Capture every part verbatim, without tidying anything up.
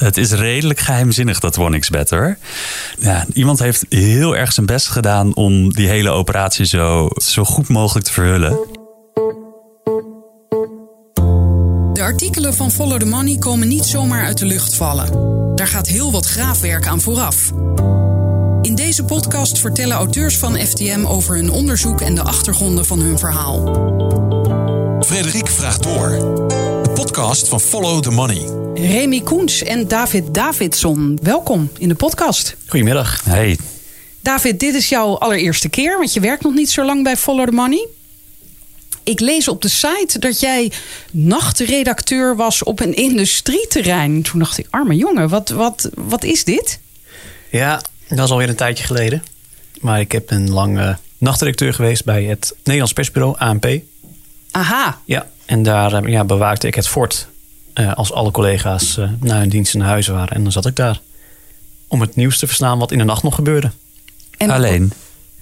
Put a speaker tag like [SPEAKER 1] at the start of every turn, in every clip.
[SPEAKER 1] Het is redelijk geheimzinnig, dat one x bet hoor. Ja, iemand heeft heel erg zijn best gedaan om die hele operatie zo, zo goed mogelijk te verhullen.
[SPEAKER 2] De artikelen van Follow the Money komen niet zomaar uit de lucht vallen. Daar gaat heel wat graafwerk aan vooraf. In deze podcast vertellen auteurs van F T M over hun onderzoek en de achtergronden van hun verhaal.
[SPEAKER 3] Frederik vraagt door. De podcast van Follow the Money.
[SPEAKER 2] Remy Koens en David Davidson, welkom in de podcast.
[SPEAKER 4] Goedemiddag.
[SPEAKER 1] Hey.
[SPEAKER 2] David, dit is jouw allereerste keer, want je werkt nog niet zo lang bij Follow the Money. Ik lees op de site dat jij nachtredacteur was op een industrieterrein. Toen dacht ik, arme jongen, wat, wat, wat is dit?
[SPEAKER 4] Ja, dat is alweer een tijdje geleden. Maar ik heb een lang uh, nachtredacteur geweest bij het Nederlands persbureau A N P.
[SPEAKER 2] Aha.
[SPEAKER 4] Ja, en daar uh, ja, bewaakte ik het fort uh, als alle collega's uh, naar hun dienst naar huis waren. En dan zat ik daar om het nieuws te verslaan wat in de nacht nog gebeurde.
[SPEAKER 1] En alleen?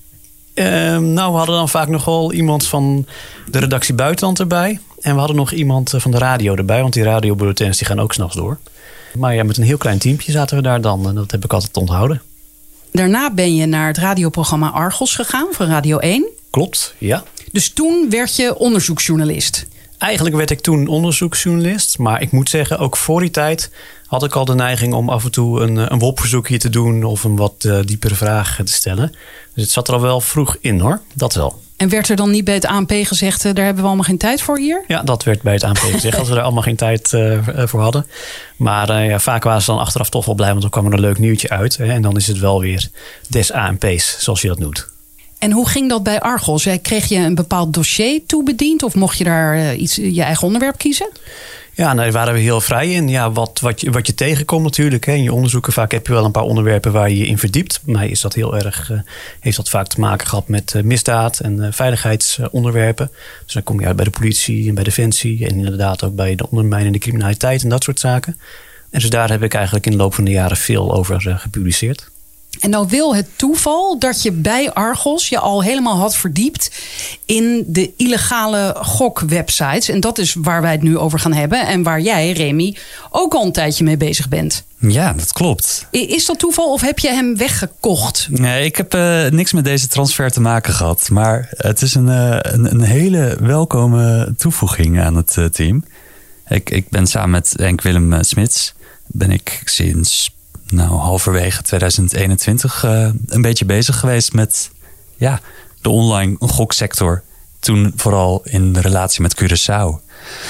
[SPEAKER 4] Uh, nou, we hadden dan vaak nog wel iemand van de redactie buitenland erbij. En we hadden nog iemand van de radio erbij. Want die radiobulletins die gaan ook 's nachts door. Maar ja, met een heel klein teampje zaten we daar dan. En dat heb ik altijd onthouden.
[SPEAKER 2] Daarna ben je naar het radioprogramma Argos gegaan van Radio één.
[SPEAKER 4] Klopt, ja.
[SPEAKER 2] Dus toen werd je onderzoeksjournalist.
[SPEAKER 4] Eigenlijk werd ik toen onderzoeksjournalist. Maar ik moet zeggen, ook voor die tijd had ik al de neiging om af en toe een, een W O P-verzoekje te doen. Of een wat uh, diepere vraag te stellen. Dus het zat er al wel vroeg in hoor, dat wel.
[SPEAKER 2] En werd er dan niet bij het A N P gezegd, uh, daar hebben we allemaal geen tijd voor hier?
[SPEAKER 4] Ja, dat werd bij het A N P gezegd, als we er allemaal geen tijd uh, voor hadden. Maar uh, ja, vaak waren ze dan achteraf toch wel blij, want dan kwam er een leuk nieuwtje uit. Hè, en dan is het wel weer des A N P's, zoals je dat noemt.
[SPEAKER 2] En hoe ging dat bij Argos? Kreeg je een bepaald dossier toebediend of mocht je daar uh, iets, je eigen onderwerp kiezen?
[SPEAKER 4] Ja, nou, daar waren we heel vrij in. Ja, wat, wat, je, wat je tegenkomt natuurlijk. Hè. In je onderzoeken vaak heb je wel een paar onderwerpen waar je je in verdiept. Bij mij is dat heel erg, uh, heeft dat vaak te maken gehad met uh, misdaad en uh, veiligheidsonderwerpen. Dus dan kom je uit bij de politie en bij Defensie. En inderdaad ook bij de ondermijnende criminaliteit en dat soort zaken. En dus daar heb ik eigenlijk in de loop van de jaren veel over uh, gepubliceerd.
[SPEAKER 2] En nou wil het toeval dat je bij Argos je al helemaal had verdiept in de illegale gokwebsites. En dat is waar wij het nu over gaan hebben. En waar jij, Remy, ook al een tijdje mee bezig bent.
[SPEAKER 1] Ja, dat klopt.
[SPEAKER 2] Is dat toeval of heb je hem weggekocht?
[SPEAKER 1] Nee, ik heb uh, niks met deze transfer te maken gehad. Maar het is een, uh, een, een hele welkome toevoeging aan het uh, team. Ik, ik ben samen met Henk Willem uh, Smits ben ik sinds... Nou, halverwege tweeduizend eenentwintig uh, een beetje bezig geweest met ja, de online goksector. Toen vooral in de relatie met Curaçao.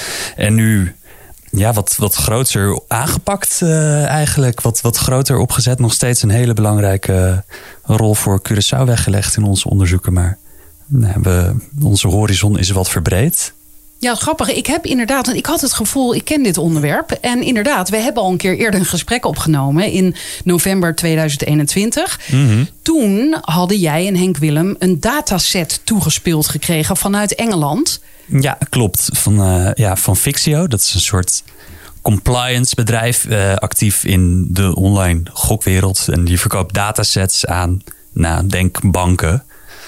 [SPEAKER 1] En nu ja, wat, wat groter aangepakt uh, eigenlijk. Wat, wat groter opgezet. Nog steeds een hele belangrijke rol voor Curaçao weggelegd in onze onderzoeken. Maar nou, we, onze horizon is wat verbreed.
[SPEAKER 2] Ja, grappig. Ik heb inderdaad, ik had het gevoel, ik ken dit onderwerp. En inderdaad, we hebben al een keer eerder een gesprek opgenomen in november tweeduizend eenentwintig. Mm-hmm. Toen hadden jij en Henk Willem een dataset toegespeeld gekregen vanuit Engeland.
[SPEAKER 1] Ja, klopt. Van, uh, ja, van Fixio. Dat is een soort compliance bedrijf, uh, actief in de online gokwereld. En die verkoopt datasets aan, nou, denk banken.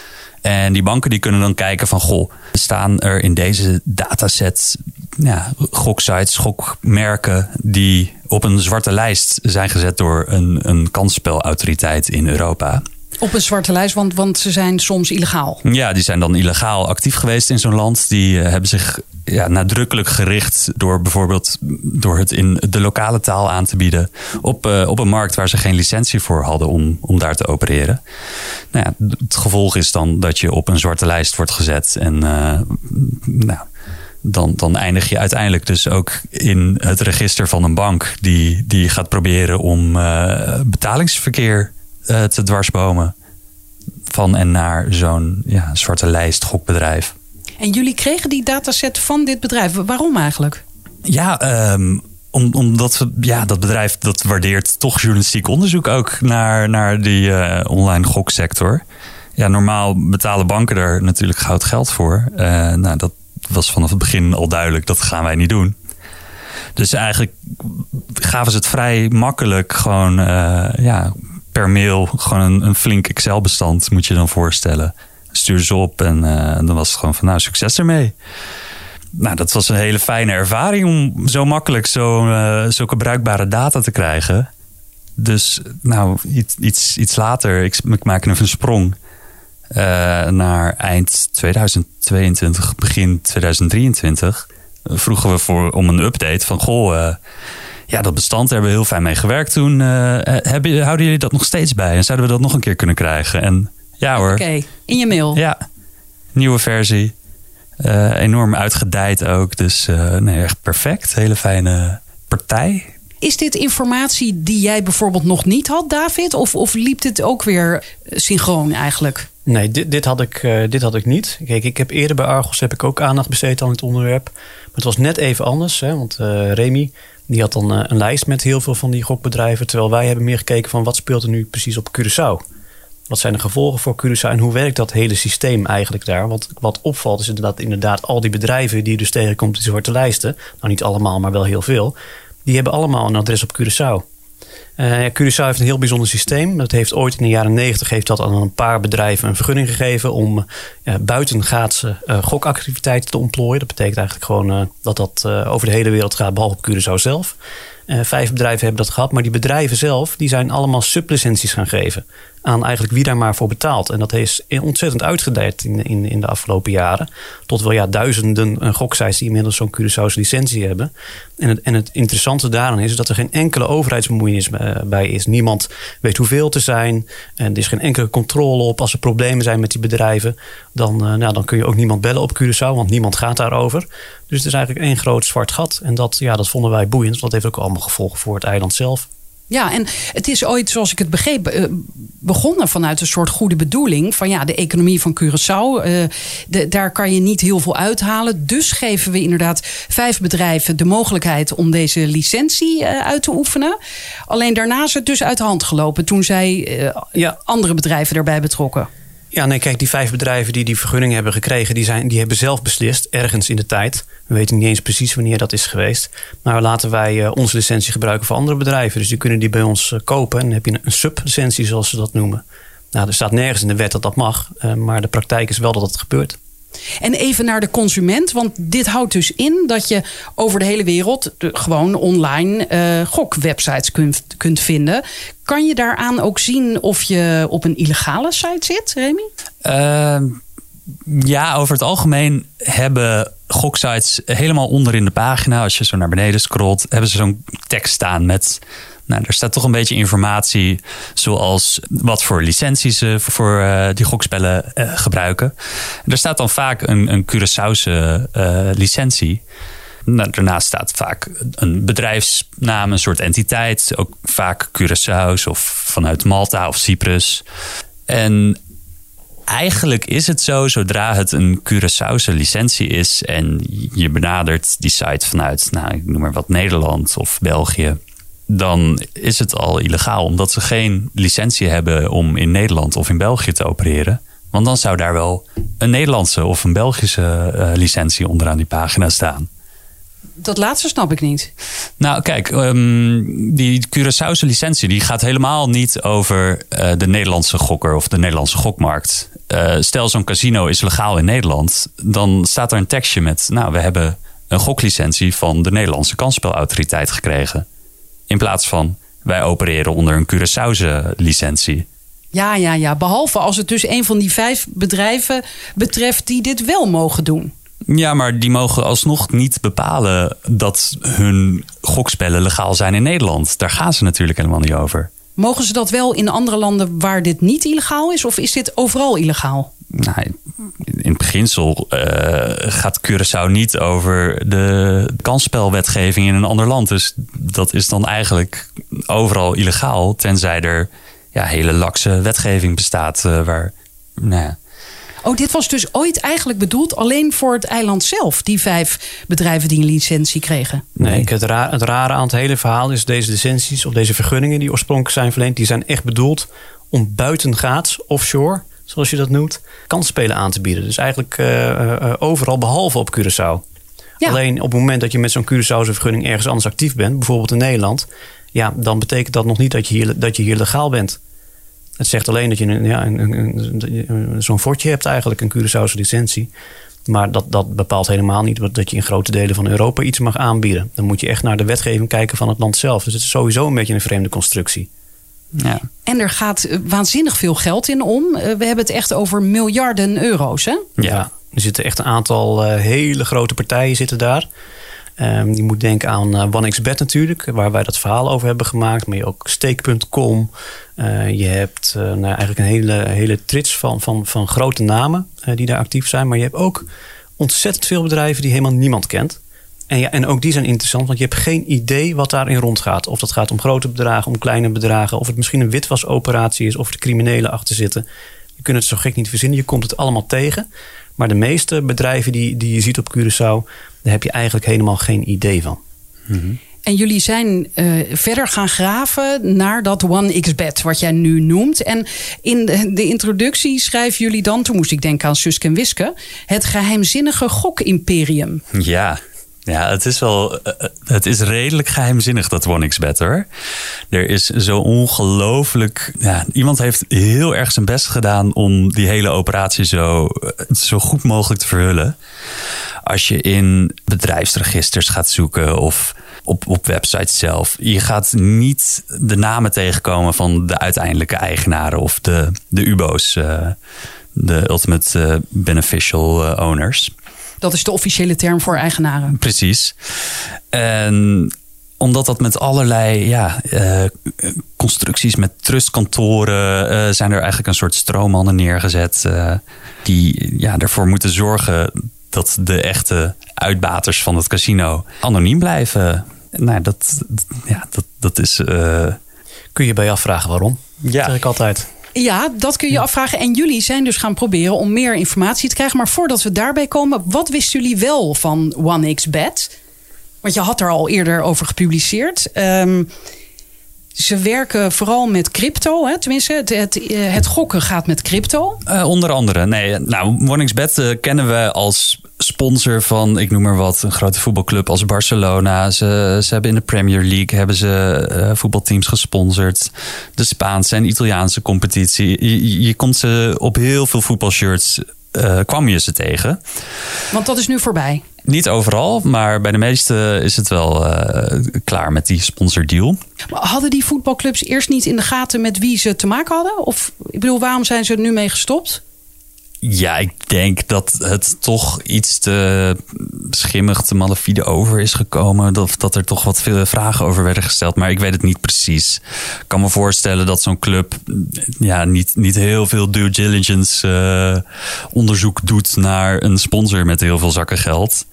[SPEAKER 1] En die banken die kunnen dan kijken van, goh, staan er in deze dataset ja, goksites, gokmerken die op een zwarte lijst zijn gezet door een, een kansspelautoriteit in Europa.
[SPEAKER 2] Op een zwarte lijst, want, want ze zijn soms illegaal.
[SPEAKER 1] Ja, die zijn dan illegaal actief geweest in zo'n land. Die uh, hebben zich ja, nadrukkelijk gericht door bijvoorbeeld door het in de lokale taal aan te bieden op, uh, op een markt waar ze geen licentie voor hadden om, om daar te opereren. Nou ja, het gevolg is dan dat je op een zwarte lijst wordt gezet en uh, nou, dan, dan eindig je uiteindelijk dus ook in het register van een bank die, die gaat proberen om uh, betalingsverkeer uh, te dwarsbomen van en naar zo'n ja, zwarte lijst gokbedrijf.
[SPEAKER 2] En jullie kregen die dataset van dit bedrijf. Waarom eigenlijk?
[SPEAKER 1] Ja, um, om, omdat we, ja, dat bedrijf dat waardeert toch journalistiek onderzoek ook naar, naar die uh, online goksector. Ja, normaal betalen banken er natuurlijk goud geld voor. Uh, nou, dat was vanaf het begin al duidelijk. Dat gaan wij niet doen. Dus eigenlijk gaven ze het vrij makkelijk gewoon uh, ja, per mail. Gewoon een, een flink Excel-bestand moet je dan voorstellen. Stuur ze op en uh, dan was het gewoon van nou, succes ermee. nou, dat was een hele fijne ervaring om zo makkelijk zo, uh, zulke bruikbare data te krijgen. Dus nou, iets, iets, iets later, ik, ik maak even een sprong uh, naar eind tweeduizend tweeëntwintig, begin tweeduizend drieëntwintig. Uh, vroegen we voor, om een update van, goh, uh, ja, dat bestand daar hebben we heel fijn mee gewerkt toen. Uh, hebben, houden jullie dat nog steeds bij? En zouden we dat nog een keer kunnen krijgen? En ja hoor.
[SPEAKER 2] Oké, okay, in je mail.
[SPEAKER 1] Ja, nieuwe versie. Uh, enorm uitgedijd ook. Dus uh, nee, echt perfect. Hele fijne partij.
[SPEAKER 2] Is dit informatie die jij bijvoorbeeld nog niet had, David? Of, of liep dit ook weer synchroon eigenlijk?
[SPEAKER 4] Nee, dit, dit, had ik, uh, dit had ik niet. Kijk, ik heb eerder bij Argos heb ik ook aandacht besteed aan het onderwerp. Maar het was net even anders. Hè, want uh, Remy die had dan uh, een lijst met heel veel van die gokbedrijven. Terwijl wij hebben meer gekeken van wat speelt er nu precies op Curaçao. Wat zijn de gevolgen voor Curaçao en hoe werkt dat hele systeem eigenlijk daar? Want wat opvalt is inderdaad, inderdaad al die bedrijven die je dus tegenkomt op die zwarte lijsten. Nou niet allemaal, maar wel heel veel. Die hebben allemaal een adres op Curaçao. Uh, Curaçao heeft een heel bijzonder systeem. Dat heeft ooit in de jaren negentig heeft dat aan een paar bedrijven een vergunning gegeven om uh, buitengaatse uh, gokactiviteiten te ontplooien. Dat betekent eigenlijk gewoon uh, dat dat uh, over de hele wereld gaat, behalve op Curaçao zelf. Uh, vijf bedrijven hebben dat gehad, maar die bedrijven zelf die zijn allemaal sublicenties gaan geven aan eigenlijk wie daar maar voor betaalt. En dat is ontzettend uitgedijd in, in, in de afgelopen jaren. Tot wel ja, duizenden uh, goksites die inmiddels zo'n Curaçao's licentie hebben. En het, en het interessante daaraan is dat er geen enkele overheidsbemoeienis uh, bij is. Niemand weet hoeveel te zijn. En er is geen enkele controle op. Als er problemen zijn met die bedrijven, dan, uh, nou, dan kun je ook niemand bellen op Curaçao, want niemand gaat daarover. Dus het is eigenlijk één groot zwart gat. En dat, ja, dat vonden wij boeiend, want dat heeft ook allemaal gevolgen voor het eiland zelf.
[SPEAKER 2] Ja, en het is ooit, zoals ik het begreep, begonnen vanuit een soort goede bedoeling. Van ja, de economie van Curaçao, uh, de, daar kan je niet heel veel uithalen. Dus geven we inderdaad vijf bedrijven de mogelijkheid om deze licentie uh, uit te oefenen. Alleen daarna is het dus uit de hand gelopen toen zij uh, ja. andere bedrijven erbij betrokken.
[SPEAKER 4] Ja, nee, kijk, die vijf bedrijven die die vergunning hebben gekregen, die, zijn, die hebben zelf beslist, ergens in de tijd. We weten niet eens precies wanneer dat is geweest. Maar laten wij uh, onze licentie gebruiken voor andere bedrijven. Dus die kunnen die bij ons uh, kopen. En dan heb je een sublicentie, zoals ze dat noemen. Nou, er staat nergens in de wet dat dat mag. Uh, maar de praktijk is wel dat dat gebeurt.
[SPEAKER 2] En even naar de consument, want dit houdt dus in dat je over de hele wereld de, gewoon online uh, gokwebsites kunt, kunt vinden. Kan je daaraan ook zien of je op een illegale site zit, Remy?
[SPEAKER 1] Uh, ja, over het algemeen hebben goksites helemaal onder in de pagina, als je zo naar beneden scrolt, hebben ze zo'n tekst staan met, nou, er staat toch een beetje informatie, zoals wat voor licenties ze voor uh, die gokspellen uh, gebruiken. Er staat dan vaak een, een Curaçaose uh, licentie. Nou, daarnaast staat vaak een bedrijfsnaam, een soort entiteit, ook vaak Curaçao's of vanuit Malta of Cyprus. En eigenlijk is het zo, zodra het een Curaçaose licentie is en je benadert die site vanuit, nou, ik noem maar wat, Nederland of België, dan is het al illegaal, omdat ze geen licentie hebben om in Nederland of in België te opereren. Want dan zou daar wel een Nederlandse of een Belgische uh, licentie onderaan die pagina staan.
[SPEAKER 2] Dat laatste snap ik niet.
[SPEAKER 1] Nou, kijk, um, die Curaçaose licentie die gaat helemaal niet over uh, de Nederlandse gokker of de Nederlandse gokmarkt. Uh, stel, zo'n casino is legaal in Nederland, dan staat er een tekstje met, nou, we hebben een goklicentie van de Nederlandse kansspelautoriteit gekregen. In plaats van, wij opereren onder een Curaçaose licentie.
[SPEAKER 2] Ja, ja, ja. Behalve als het dus een van die vijf bedrijven betreft die dit wel mogen doen.
[SPEAKER 1] Ja, maar die mogen alsnog niet bepalen dat hun gokspellen legaal zijn in Nederland. Daar gaan ze natuurlijk helemaal niet over.
[SPEAKER 2] Mogen ze dat wel in andere landen waar dit niet illegaal is? Of is dit overal illegaal?
[SPEAKER 1] Nou, in het beginsel uh, gaat Curaçao niet over de kansspelwetgeving in een ander land. Dus dat is dan eigenlijk overal illegaal. Tenzij er ja, hele lakse wetgeving bestaat. Uh, waar, nou ja.
[SPEAKER 2] Oh, dit was dus ooit eigenlijk bedoeld alleen voor het eiland zelf. Die vijf bedrijven die een licentie kregen.
[SPEAKER 4] Nee, nee. Het, ra- het rare aan het hele verhaal is deze licenties of deze vergunningen die oorspronkelijk zijn verleend, die zijn echt bedoeld om buitengaats, offshore, zoals je dat noemt, kansspelen aan te bieden. Dus eigenlijk uh, uh, overal behalve op Curaçao. Ja. Alleen op het moment dat je met zo'n Curaçaose vergunning ergens anders actief bent, bijvoorbeeld in Nederland, ja, dan betekent dat nog niet dat je hier, dat je hier legaal bent. Het zegt alleen dat je een, ja, een, een, een, zo'n fortje hebt eigenlijk, een Curaçaose licentie. Maar dat, dat bepaalt helemaal niet dat je in grote delen van Europa iets mag aanbieden. Dan moet je echt naar de wetgeving kijken van het land zelf. Dus het is sowieso een beetje een vreemde constructie.
[SPEAKER 2] Ja. En er gaat waanzinnig veel geld in om. We hebben het echt over miljarden euro's, hè?
[SPEAKER 4] Ja, er zitten echt een aantal uh, hele grote partijen zitten daar. Um, je moet denken aan uh, OneXBet natuurlijk, waar wij dat verhaal over hebben gemaakt. Maar je ook Stake punt com. Uh, je hebt uh, nou, eigenlijk een hele, hele trits van, van, van grote namen uh, die daar actief zijn. Maar je hebt ook ontzettend veel bedrijven die helemaal niemand kent. En, ja, en ook die zijn interessant, want je hebt geen idee wat daarin rondgaat. Of dat gaat om grote bedragen, om kleine bedragen. Of het misschien een witwasoperatie is, of er criminelen achter zitten. Je kunt het zo gek niet verzinnen, je komt het allemaal tegen. Maar de meeste bedrijven die, die je ziet op Curaçao, daar heb je eigenlijk helemaal geen idee van.
[SPEAKER 2] Mm-hmm. En jullie zijn uh, verder gaan graven naar dat OneXBet, wat jij nu noemt. En in de, de introductie schrijven jullie dan, toen moest ik denken aan Suske en Wiske, het geheimzinnige gokimperium.
[SPEAKER 1] Ja. Ja, het is wel. Het is redelijk geheimzinnig, dat OneXBet, hoor. Er is zo ongelooflijk. Ja, iemand heeft heel erg zijn best gedaan om die hele operatie zo, zo goed mogelijk te verhullen. Als je in bedrijfsregisters gaat zoeken of op, op websites zelf, je gaat niet de namen tegenkomen van de uiteindelijke eigenaren of de, de U B O's, uh, de Ultimate uh, Beneficial uh, Owners.
[SPEAKER 2] Dat is de officiële term voor eigenaren.
[SPEAKER 1] Precies. En omdat dat met allerlei ja, uh, constructies met trustkantoren uh, zijn er eigenlijk een soort stroommannen neergezet uh, die ja, ervoor moeten zorgen dat de echte uitbaters van het casino anoniem blijven. Nou, dat, ja, dat, dat is. Uh...
[SPEAKER 4] Kun je bij je afvragen waarom?
[SPEAKER 1] Ja.
[SPEAKER 4] Dat zeg ik altijd.
[SPEAKER 2] Ja, dat kun je afvragen. En jullie zijn dus gaan proberen om meer informatie te krijgen. Maar voordat we daarbij komen, wat wisten jullie wel van OneXBet? Want je had er al eerder over gepubliceerd. Um, ze werken vooral met crypto, hè? Tenminste, het, het, het gokken gaat met crypto.
[SPEAKER 1] Uh, onder andere. Nee, nou, OneXBet uh, kennen we als sponsor van, ik noem maar wat, een grote voetbalclub als Barcelona. Ze, ze hebben in de Premier League hebben ze uh, voetbalteams gesponsord. De Spaanse en Italiaanse competitie. Je, je komt ze op heel veel voetbalshirts, uh, kwam je ze tegen.
[SPEAKER 2] Want dat is nu voorbij.
[SPEAKER 1] Niet overal, maar bij de meeste is het wel uh, klaar met die sponsordeal.
[SPEAKER 2] Maar hadden die voetbalclubs eerst niet in de gaten met wie ze te maken hadden? Of, ik bedoel, waarom zijn ze er nu mee gestopt?
[SPEAKER 1] Ja, ik denk dat het toch iets te schimmig, te malafide over is gekomen. Dat, dat er toch wat veel vragen over werden gesteld. Maar ik weet het niet precies. Ik kan me voorstellen dat zo'n club ja, niet, niet heel veel due diligence uh, onderzoek doet naar een sponsor met heel veel zakken geld.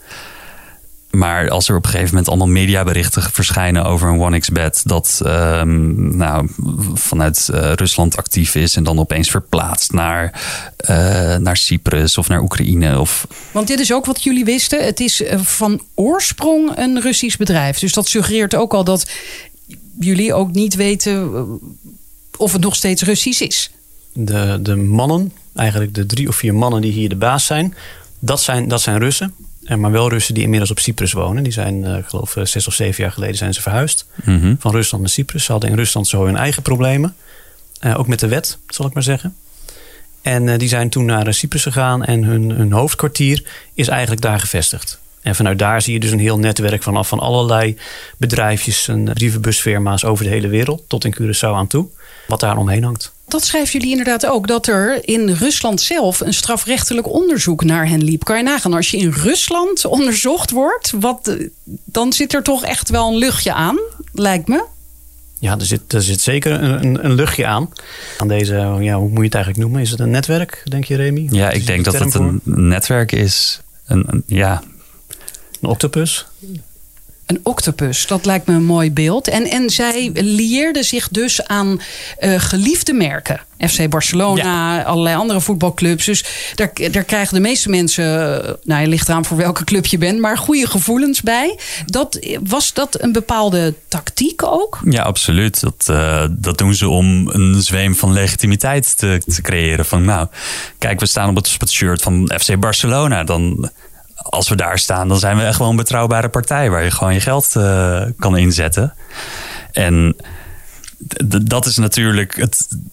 [SPEAKER 1] Maar als er op een gegeven moment allemaal mediaberichten verschijnen over een OneXBet dat um, nou, vanuit uh, Rusland actief is en dan opeens verplaatst naar, uh, naar Cyprus of naar Oekraïne. Of...
[SPEAKER 2] Want dit is ook wat jullie wisten. Het is van oorsprong een Russisch bedrijf. Dus dat suggereert ook al dat jullie ook niet weten of het nog steeds Russisch is.
[SPEAKER 4] De, de mannen, eigenlijk de drie of vier mannen die hier de baas zijn, dat zijn, dat zijn Russen. Maar wel Russen die inmiddels op Cyprus wonen. Die zijn, uh, ik geloof, uh, zes of zeven jaar geleden zijn ze verhuisd. Mm-hmm. Van Rusland naar Cyprus. Ze hadden in Rusland zo hun eigen problemen. Uh, ook met de wet, zal ik maar zeggen. En uh, die zijn toen naar uh, Cyprus gegaan. En hun, hun hoofdkwartier is eigenlijk daar gevestigd. En vanuit daar zie je dus een heel netwerk vanaf van allerlei bedrijfjes en brievenbusfirma's over de hele wereld. Tot in Curaçao aan toe. Wat daar omheen hangt.
[SPEAKER 2] Dat schrijven jullie inderdaad ook, dat er in Rusland zelf een strafrechtelijk onderzoek naar hen liep. Kan je nagaan, als je in Rusland onderzocht wordt, wat, dan zit er toch echt wel een luchtje aan, lijkt me.
[SPEAKER 4] Ja, er zit, er zit zeker een, een, een luchtje aan. Aan deze, ja, hoe moet je het eigenlijk noemen? Is het een netwerk, denk je, Remy?
[SPEAKER 1] Ja, ik denk dat het een netwerk is. Een, een, ja.
[SPEAKER 4] Een octopus.
[SPEAKER 2] Een octopus, dat lijkt me een mooi beeld. En, en zij lieerden zich dus aan uh, geliefde merken. F C Barcelona, ja. Allerlei andere voetbalclubs. Dus daar, daar krijgen de meeste mensen, nou, je ligt eraan voor welke club je bent, maar goede gevoelens bij. Dat, was dat een bepaalde tactiek ook?
[SPEAKER 1] Ja, absoluut. Dat, uh, dat doen ze om een zweem van legitimiteit te, te creëren. Van nou, kijk, we staan op het shirt van F C Barcelona. Dan... Als we daar staan, dan zijn we echt wel een betrouwbare partij waar je gewoon je geld uh, kan inzetten. En d- d- dat is natuurlijk het,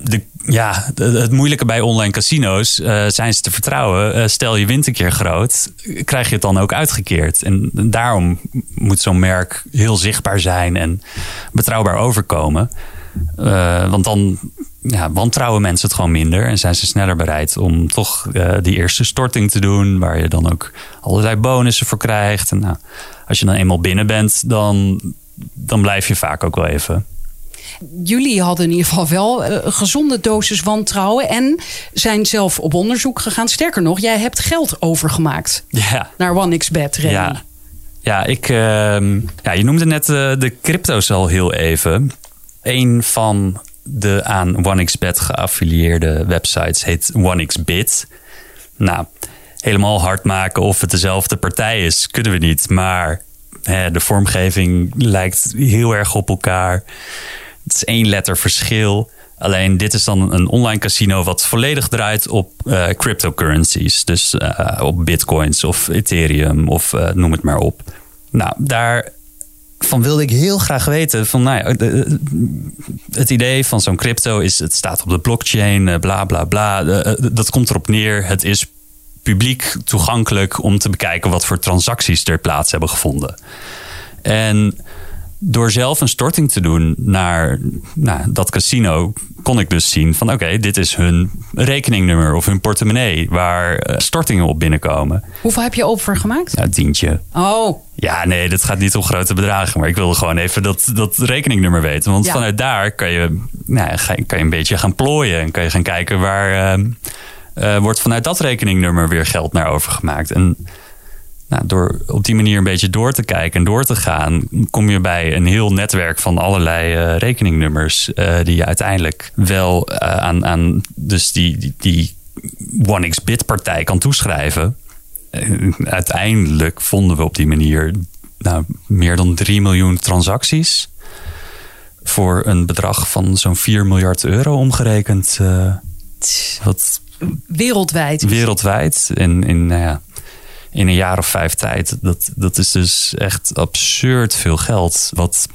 [SPEAKER 1] de, ja, het moeilijke bij online casino's, uh, zijn ze te vertrouwen. Uh, stel je wint een keer groot, krijg je het dan ook uitgekeerd. En daarom moet zo'n merk heel zichtbaar zijn en betrouwbaar overkomen. Uh, want dan ja, wantrouwen mensen het gewoon minder en zijn ze sneller bereid om toch uh, die eerste storting te doen, waar je dan ook allerlei bonussen voor krijgt. En nou, als je dan eenmaal binnen bent, dan, dan blijf je vaak ook wel even.
[SPEAKER 2] Jullie hadden in ieder geval wel een gezonde dosis wantrouwen en zijn zelf op onderzoek gegaan. Sterker nog, jij hebt geld overgemaakt
[SPEAKER 1] ja.
[SPEAKER 2] naar OneXBet, Remy.
[SPEAKER 1] Ja, ja, ik, uh, ja, je noemde net uh, de crypto's al heel even. Een van de aan OneXBet geaffilieerde websites heet OneXBit. Nou, helemaal hard maken of het dezelfde partij is, kunnen we niet. Maar hè, de vormgeving lijkt heel erg op elkaar. Het is één letter verschil. Alleen dit is dan een online casino wat volledig draait op uh, cryptocurrencies. Dus uh, op bitcoins of Ethereum of uh, noem het maar op. Nou, daarvan wilde ik heel graag weten van, nou ja, het idee van zo'n crypto is, het staat op de blockchain, bla bla bla. Dat komt erop neer, het is publiek toegankelijk om te bekijken wat voor transacties er plaats hebben gevonden. En door zelf een storting te doen naar nou, dat casino, kon ik dus zien van oké, okay, dit is hun rekeningnummer of hun portemonnee waar uh, stortingen op binnenkomen.
[SPEAKER 2] Hoeveel heb je overgemaakt?
[SPEAKER 1] Ja, tientje.
[SPEAKER 2] Oh.
[SPEAKER 1] Ja, nee, dat gaat niet om grote bedragen. Maar ik wilde gewoon even dat, dat rekeningnummer weten. Want ja. vanuit daar kan je, nou, kan je een beetje gaan plooien. En kan je gaan kijken waar uh, uh, wordt vanuit dat rekeningnummer weer geld naar overgemaakt. En nou, door op die manier een beetje door te kijken en door te gaan, kom je bij een heel netwerk van allerlei uh, rekeningnummers uh, die je uiteindelijk wel uh, aan, aan dus die, die, die OneXBit-partij kan toeschrijven. Uh, uiteindelijk vonden we op die manier nou, meer dan drie miljoen transacties voor een bedrag van zo'n vier miljard euro omgerekend. Uh, wat
[SPEAKER 2] wereldwijd.
[SPEAKER 1] Wereldwijd. In, in nou ja, in een jaar of vijf tijd. Dat, dat is dus echt absurd veel geld. Wat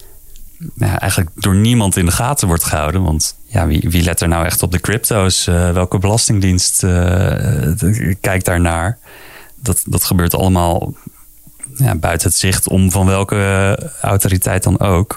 [SPEAKER 1] nou, eigenlijk door niemand in de gaten wordt gehouden. Want ja, wie, wie let er nou echt op de crypto's? Uh, welke belastingdienst uh, kijkt daarnaar? Dat, dat gebeurt allemaal ja, buiten het zicht om van welke autoriteit dan ook.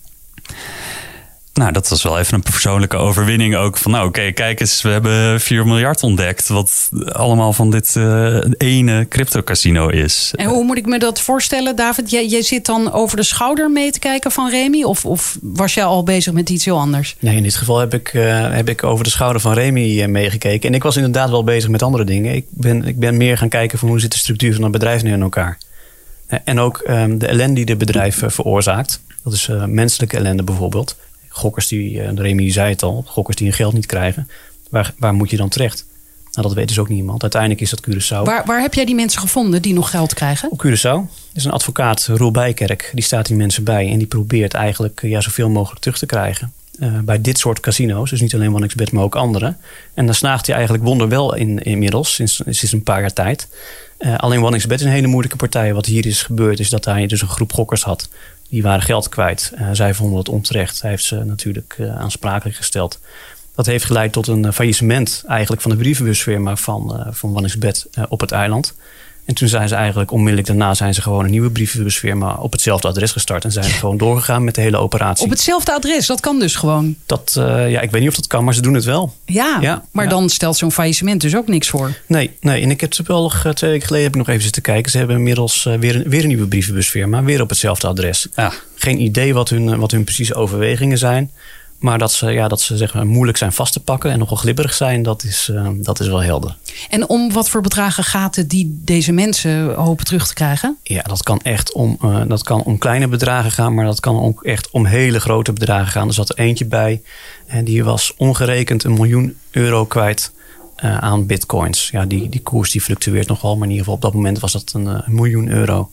[SPEAKER 1] Nou, dat was wel even een persoonlijke overwinning ook. Van nou, oké, okay, kijk eens, we hebben vier miljard ontdekt. Wat allemaal van dit uh, ene crypto-casino is.
[SPEAKER 2] En hoe moet ik me dat voorstellen, David? Jij, jij zit dan over de schouder mee te kijken van Remy? Of, of was jij al bezig met iets heel anders?
[SPEAKER 4] Nee, in dit geval heb ik, uh, heb ik over de schouder van Remy uh, meegekeken. En ik was inderdaad wel bezig met andere dingen. Ik ben, ik ben meer gaan kijken van hoe zit de structuur van een bedrijf nu in elkaar. Uh, en ook um, de ellende die het bedrijf uh, veroorzaakt. Dat is uh, menselijke ellende bijvoorbeeld. Gokkers die, Remy zei het al, gokkers die hun geld niet krijgen. Waar, waar moet je dan terecht? Nou, dat weet dus ook niemand. Uiteindelijk is dat Curaçao.
[SPEAKER 2] Waar, waar heb jij die mensen gevonden die nog geld krijgen?
[SPEAKER 4] Op Curaçao. Er is een advocaat, Roel Bijkerk. Die staat die mensen bij. En die probeert eigenlijk ja, zoveel mogelijk terug te krijgen. Uh, bij dit soort casino's. Dus niet alleen OneXBet, maar ook andere. En daar snaagt hij eigenlijk wonderwel in inmiddels. Sinds, sinds een paar jaar tijd. Uh, alleen OneXBet is een hele moeilijke partij. Wat hier is gebeurd is dat hij dus een groep gokkers had. Die waren geld kwijt. Uh, zij vonden het onterecht. Hij heeft ze natuurlijk uh, aansprakelijk gesteld. Dat heeft geleid tot een uh, faillissement eigenlijk van de brievenbusfirma van, uh, van OneXBet uh, op het eiland. En toen zijn ze eigenlijk onmiddellijk daarna zijn ze gewoon een nieuwe brievenbusfirma op hetzelfde adres gestart. En zijn ze gewoon doorgegaan met de hele operatie.
[SPEAKER 2] Op hetzelfde adres, dat kan dus gewoon?
[SPEAKER 4] Dat, uh, ja, ik weet niet of dat kan, maar ze doen het wel.
[SPEAKER 2] Ja, ja maar ja. Dan stelt zo'n faillissement dus ook niks voor.
[SPEAKER 4] Nee, nee. En ik heb wel uh, twee weken geleden heb ik nog even zitten kijken. Ze hebben inmiddels uh, weer, een, weer een nieuwe brievenbusfirma, weer op hetzelfde adres. Ja. Geen idee wat hun, wat hun precieze overwegingen zijn. Maar dat ze, ja, dat ze zeg maar, moeilijk zijn vast te pakken en nogal glibberig zijn, dat is, uh, dat is wel helder.
[SPEAKER 2] En om wat voor bedragen gaat het die deze mensen hopen terug te krijgen?
[SPEAKER 4] Ja, dat kan echt om, uh, dat kan om kleine bedragen gaan, maar dat kan ook echt om hele grote bedragen gaan. Er zat er eentje bij en die was ongerekend een miljoen euro kwijt uh, aan bitcoins. Ja, die, die koers die fluctueert nogal, maar in ieder geval op dat moment was dat een, uh, een miljoen euro.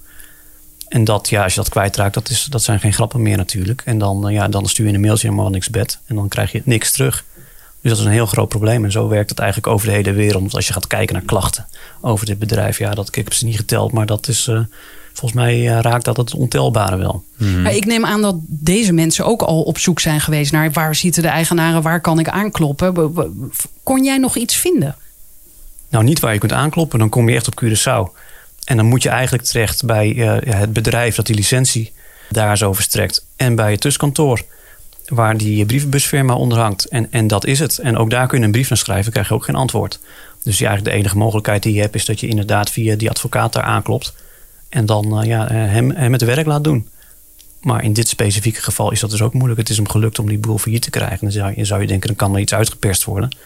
[SPEAKER 4] En dat, ja, als je dat kwijtraakt, dat, is, dat zijn geen grappen meer natuurlijk. En dan, ja, dan stuur je een mailtje naar OneXBet en dan krijg je niks terug. Dus dat is een heel groot probleem. En zo werkt het eigenlijk over de hele wereld. Want als je gaat kijken naar klachten over dit bedrijf, ja, dat, ik heb ze niet geteld, maar dat is uh, volgens mij uh, raakt dat het ontelbare wel.
[SPEAKER 2] Mm-hmm. Maar ik neem aan dat deze mensen ook al op zoek zijn geweest naar waar zitten de eigenaren, waar kan ik aankloppen? Kon jij nog iets vinden?
[SPEAKER 4] Nou, niet waar je kunt aankloppen. Dan kom je echt op Curaçao. En dan moet je eigenlijk terecht bij uh, het bedrijf dat die licentie daar zo verstrekt. En bij het tussenkantoor, waar die brievenbusfirma onder hangt. En, en dat is het. En ook daar kun je een brief naar schrijven, krijg je ook geen antwoord. Dus ja, eigenlijk de enige mogelijkheid die je hebt, is dat je inderdaad via die advocaat daar aanklopt. En dan uh, ja, hem, hem het werk laat doen. Maar in dit specifieke geval is dat dus ook moeilijk. Het is hem gelukt om die boel failliet te krijgen. Dan zou je, zou je denken, dan kan er iets uitgeperst worden.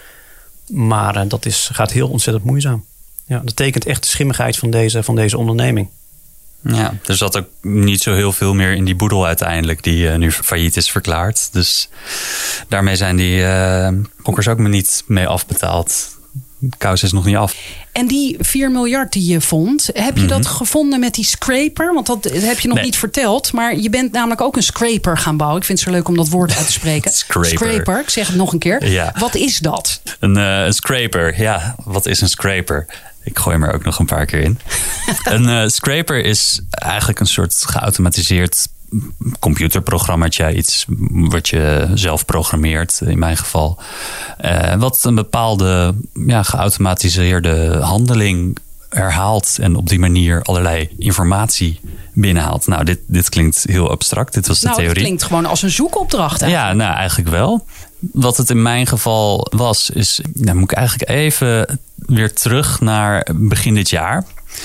[SPEAKER 4] Maar uh, dat is, gaat heel ontzettend moeizaam. Ja, dat tekent echt de schimmigheid van deze, van deze onderneming.
[SPEAKER 1] Ja, er zat ook niet zo heel veel meer in die boedel uiteindelijk, die uh, nu failliet is verklaard. Dus daarmee zijn die uh, kokkers ook maar niet mee afbetaald. De kous is nog niet af.
[SPEAKER 2] En die vier miljard die je vond, heb je mm-hmm. dat gevonden met die scraper? Want dat heb je nog nee. niet verteld. Maar je bent namelijk ook een scraper gaan bouwen. Ik vind het zo leuk om dat woord uit te spreken.
[SPEAKER 1] scraper.
[SPEAKER 2] Scraper, ik zeg het nog een keer.
[SPEAKER 1] Ja.
[SPEAKER 2] Wat is dat?
[SPEAKER 1] Een, uh, een scraper, ja. Wat is een scraper? Ik gooi hem er ook nog een paar keer in. Een uh, scraper is eigenlijk een soort geautomatiseerd computerprogrammaatje, iets wat je zelf programmeert, in mijn geval. Uh, wat een bepaalde ja, geautomatiseerde handeling herhaalt en op die manier allerlei informatie binnenhaalt. Nou, dit, dit klinkt heel abstract. Dit was de
[SPEAKER 2] nou,
[SPEAKER 1] theorie.
[SPEAKER 2] Het klinkt gewoon als een zoekopdracht eigenlijk.
[SPEAKER 1] Ja, nou eigenlijk wel. Wat het in mijn geval was, is... Nou moet ik eigenlijk even weer terug naar begin dit jaar.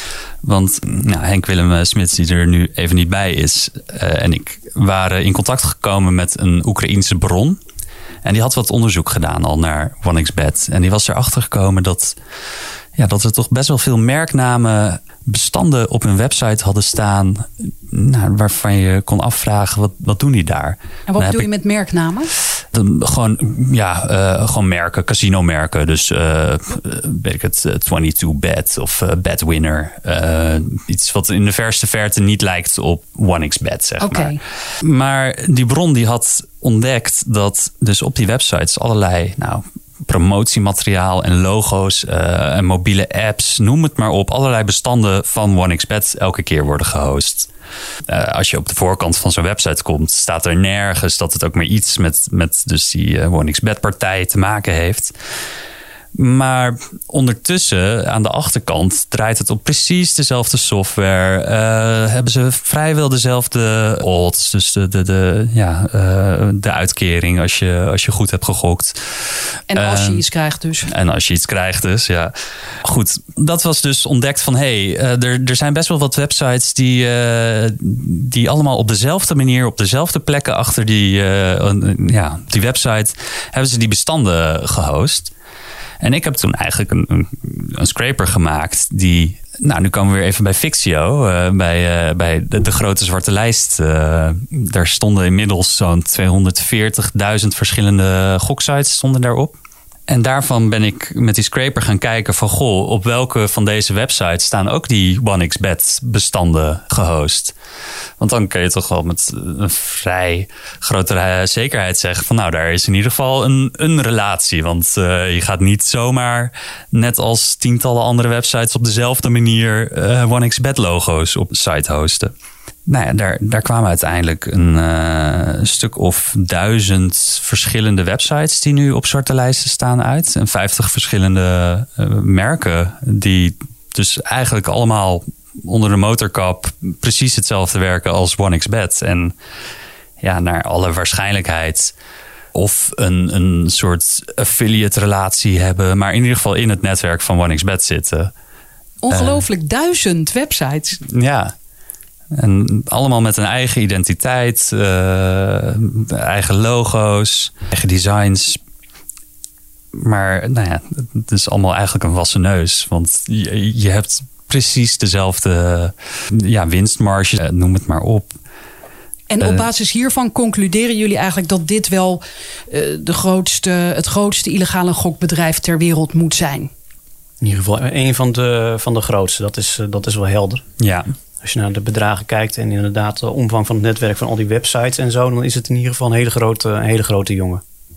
[SPEAKER 1] Want nou, Henk Willem Smits, die er nu even niet bij is, uh, en ik waren in contact gekomen met een Oekraïense bron. En die had wat onderzoek gedaan al naar OneXBet. En die was erachter gekomen dat, ja, dat er toch best wel veel merknamen bestanden op hun website hadden staan, nou, waarvan je kon afvragen, wat, wat doen die daar?
[SPEAKER 2] En wat bedoel je met merknamen?
[SPEAKER 1] De, gewoon, ja, uh, gewoon merken, casino-merken. Dus uh, weet ik het, uh, tweeëntwintig bet of uh, Betwinner. Uh, iets wat in de verste verte niet lijkt op OneXBet, zeg
[SPEAKER 2] okay.
[SPEAKER 1] maar. Maar die bron die had ontdekt dat dus op die websites allerlei, nou, promotiemateriaal en logo's uh, en mobiele apps, noem het maar op. Allerlei bestanden van OneXBet elke keer worden gehost. Uh, als je op de voorkant van zo'n website komt, staat er nergens dat het ook maar iets met, met dus die uh, OneXBet-partij te maken heeft. Maar ondertussen, aan de achterkant, draait het op precies dezelfde software. Uh, hebben ze vrijwel dezelfde odds. Dus de, de, de, ja, uh, de uitkering als je, als je goed hebt gegokt.
[SPEAKER 2] En als je
[SPEAKER 1] uh,
[SPEAKER 2] iets krijgt dus.
[SPEAKER 1] En als je iets krijgt dus, ja. Goed, dat was dus ontdekt van... hé, hey, uh, er, er zijn best wel wat websites die, uh, die allemaal op dezelfde manier, op dezelfde plekken achter die, uh, ja, die website, hebben ze die bestanden gehost. En ik heb toen eigenlijk een, een, een scraper gemaakt die... Nou, nu komen we weer even bij Fixio. Uh, bij uh, bij de, de grote zwarte lijst. Uh, daar stonden inmiddels zo'n tweehonderdveertigduizend verschillende goksites stonden daarop. En daarvan ben ik met die scraper gaan kijken van... goh, op welke van deze websites staan ook die OneXBet bestanden gehost? Want dan kun je toch wel met een vrij grote zekerheid zeggen... van nou, daar is in ieder geval een, een relatie. Want uh, je gaat niet zomaar, net als tientallen andere websites... op dezelfde manier uh, OneXBet logo's op de site hosten. Nou ja, daar, daar kwamen uiteindelijk een uh, stuk of duizend verschillende websites die nu op zwarte lijsten staan uit. En vijftig verschillende uh, merken die dus eigenlijk allemaal onder de motorkap precies hetzelfde werken als OneXBet. En ja, naar alle waarschijnlijkheid of een, een soort affiliate relatie hebben, maar in ieder geval in het netwerk van OneXBet zitten.
[SPEAKER 2] Ongelooflijk, uh, duizend websites.
[SPEAKER 1] Ja. En allemaal met een eigen identiteit, uh, eigen logo's, eigen designs. Maar nou ja, het is allemaal eigenlijk een wassen neus. Want je, je hebt precies dezelfde ja, winstmarge, noem het maar op.
[SPEAKER 2] En op basis hiervan concluderen jullie eigenlijk dat dit wel uh, de grootste, het grootste illegale gokbedrijf ter wereld moet zijn?
[SPEAKER 4] In ieder geval een van de, van de grootste, dat is, dat is wel helder.
[SPEAKER 1] Ja.
[SPEAKER 4] Als je naar de bedragen kijkt en inderdaad de omvang van het netwerk van al die websites en zo, dan is het in ieder geval een hele grote, een hele grote jongen.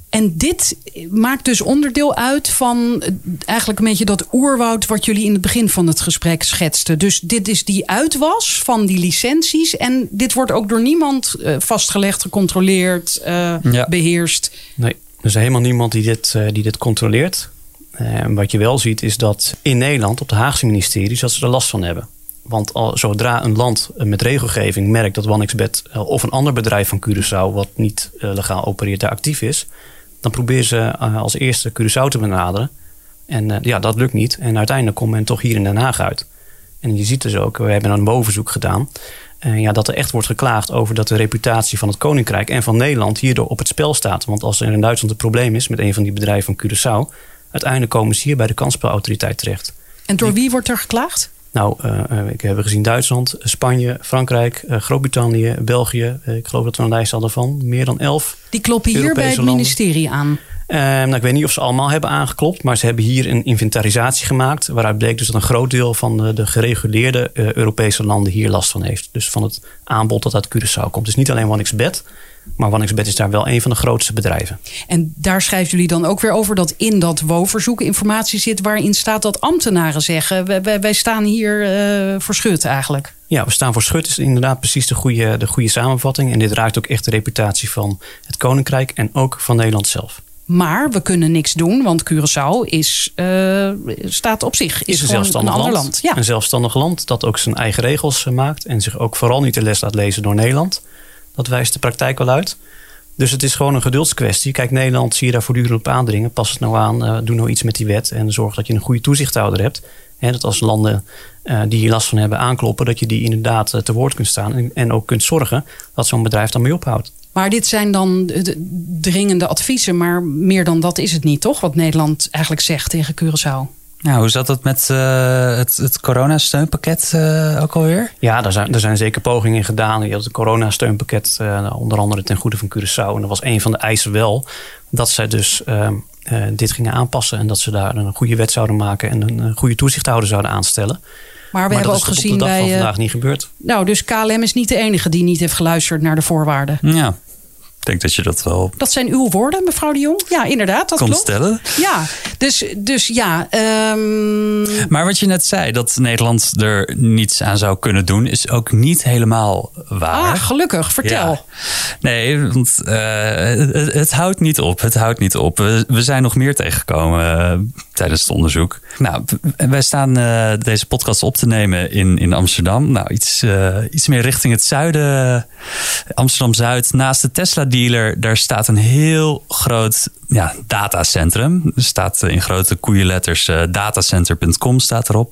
[SPEAKER 2] En dit maakt dus onderdeel uit van eigenlijk een beetje dat oerwoud wat jullie in het begin van het gesprek schetsten. Dus dit is die uitwas van die licenties. En dit wordt ook door niemand uh, vastgelegd, gecontroleerd, uh, ja. beheerst.
[SPEAKER 4] Nee, er is helemaal niemand die dit, uh, die dit controleert. Uh, wat je wel ziet is dat in Nederland op de Haagse ministeries dat ze er last van hebben. Want al, zodra een land met regelgeving merkt dat OneXBet uh, of een ander bedrijf van Curaçao wat niet uh, legaal opereert daar actief is, dan proberen ze uh, als eerste Curaçao te benaderen. En uh, ja, dat lukt niet. En uiteindelijk komt men toch hier in Den Haag uit. En je ziet dus ook, we hebben een bovenzoek gedaan, uh, ja, dat er echt wordt geklaagd over dat de reputatie van het Koninkrijk en van Nederland hierdoor op het spel staat. Want als er in Duitsland een probleem is met een van die bedrijven van Curaçao, uiteindelijk komen ze hier bij de kansspelautoriteit terecht.
[SPEAKER 2] En door wie wordt er geklaagd?
[SPEAKER 4] Nou, uh, ik heb gezien Duitsland, Spanje, Frankrijk, uh, Groot-Brittannië, België. Uh, ik geloof dat we een lijst hadden van meer dan elf.
[SPEAKER 2] Die kloppen hier
[SPEAKER 4] Europese
[SPEAKER 2] bij het
[SPEAKER 4] landen.
[SPEAKER 2] ministerie aan.
[SPEAKER 4] Uh, nou, ik weet niet of ze allemaal hebben aangeklopt, maar ze hebben hier een inventarisatie gemaakt, waaruit bleek dus dat een groot deel van de, de gereguleerde uh, Europese landen hier last van heeft. Dus van het aanbod dat uit Curaçao komt. Dus niet alleen OneXBet, maar OneXBet is daar wel een van de grootste bedrijven.
[SPEAKER 2] En daar schrijven jullie dan ook weer over dat in dat WOV-verzoek informatie zit waarin staat dat ambtenaren zeggen, wij, wij, wij staan hier uh, voor schut eigenlijk.
[SPEAKER 4] Ja, we staan voor schut is inderdaad precies de goede, de goede samenvatting. En dit raakt ook echt de reputatie van het Koninkrijk en ook van Nederland zelf.
[SPEAKER 2] Maar we kunnen niks doen, want Curaçao is, uh, staat op zich. Is,
[SPEAKER 4] is een
[SPEAKER 2] gewoon
[SPEAKER 4] zelfstandig
[SPEAKER 2] een ander
[SPEAKER 4] land.
[SPEAKER 2] land. Ja.
[SPEAKER 4] Een zelfstandig land dat ook zijn eigen regels maakt. En zich ook vooral niet de les laat lezen door Nederland. Dat wijst de praktijk wel uit. Dus het is gewoon een geduldskwestie. Kijk, Nederland zie je daar voortdurend op aandringen. Pas het nou aan, uh, doe nou iets met die wet. En zorg dat je een goede toezichthouder hebt. En dat als landen uh, die hier last van hebben aankloppen, dat je die inderdaad uh, te woord kunt staan. En, en ook kunt zorgen dat zo'n bedrijf daarmee ophoudt.
[SPEAKER 2] Maar dit zijn dan de dringende adviezen. Maar meer dan dat is het niet, toch? Wat Nederland eigenlijk zegt tegen Curaçao.
[SPEAKER 1] Nou, hoe zat het met uh, het, het coronasteunpakket uh, ook alweer?
[SPEAKER 4] Ja, daar zijn, daar zijn zeker pogingen in gedaan. Je had het coronasteunpakket, uh, onder andere ten goede van Curaçao. En dat was een van de eisen wel dat zij dus uh, uh, dit gingen aanpassen. En dat ze daar een goede wet zouden maken en een goede toezichthouder zouden aanstellen.
[SPEAKER 2] Maar we
[SPEAKER 4] maar
[SPEAKER 2] hebben ook gezien bij...
[SPEAKER 4] op de dag van
[SPEAKER 2] uh,
[SPEAKER 4] vandaag niet gebeurd.
[SPEAKER 2] Nou, dus K L M is niet de enige die niet heeft geluisterd naar de voorwaarden.
[SPEAKER 1] Ja. Ik denk dat je dat wel...
[SPEAKER 2] Dat zijn uw woorden, mevrouw de Jong. Ja, inderdaad, dat
[SPEAKER 1] kon
[SPEAKER 2] klopt.
[SPEAKER 1] stellen.
[SPEAKER 2] Ja, dus, dus ja... Um...
[SPEAKER 1] Maar wat je net zei, dat Nederland er niets aan zou kunnen doen, is ook niet helemaal waar.
[SPEAKER 2] Ah, gelukkig. Vertel.
[SPEAKER 1] Ja. Nee, want uh, het, het houdt niet op. Het houdt niet op. We, we zijn nog meer tegengekomen uh, tijdens het onderzoek. Nou, wij staan uh, deze podcast op te nemen in, in Amsterdam. Nou, iets, uh, iets meer richting het zuiden. Amsterdam-Zuid, naast de Tesla-dealer, daar staat een heel groot ja, datacentrum. Er staat in grote koeienletters uh, datacenter punt com staat erop.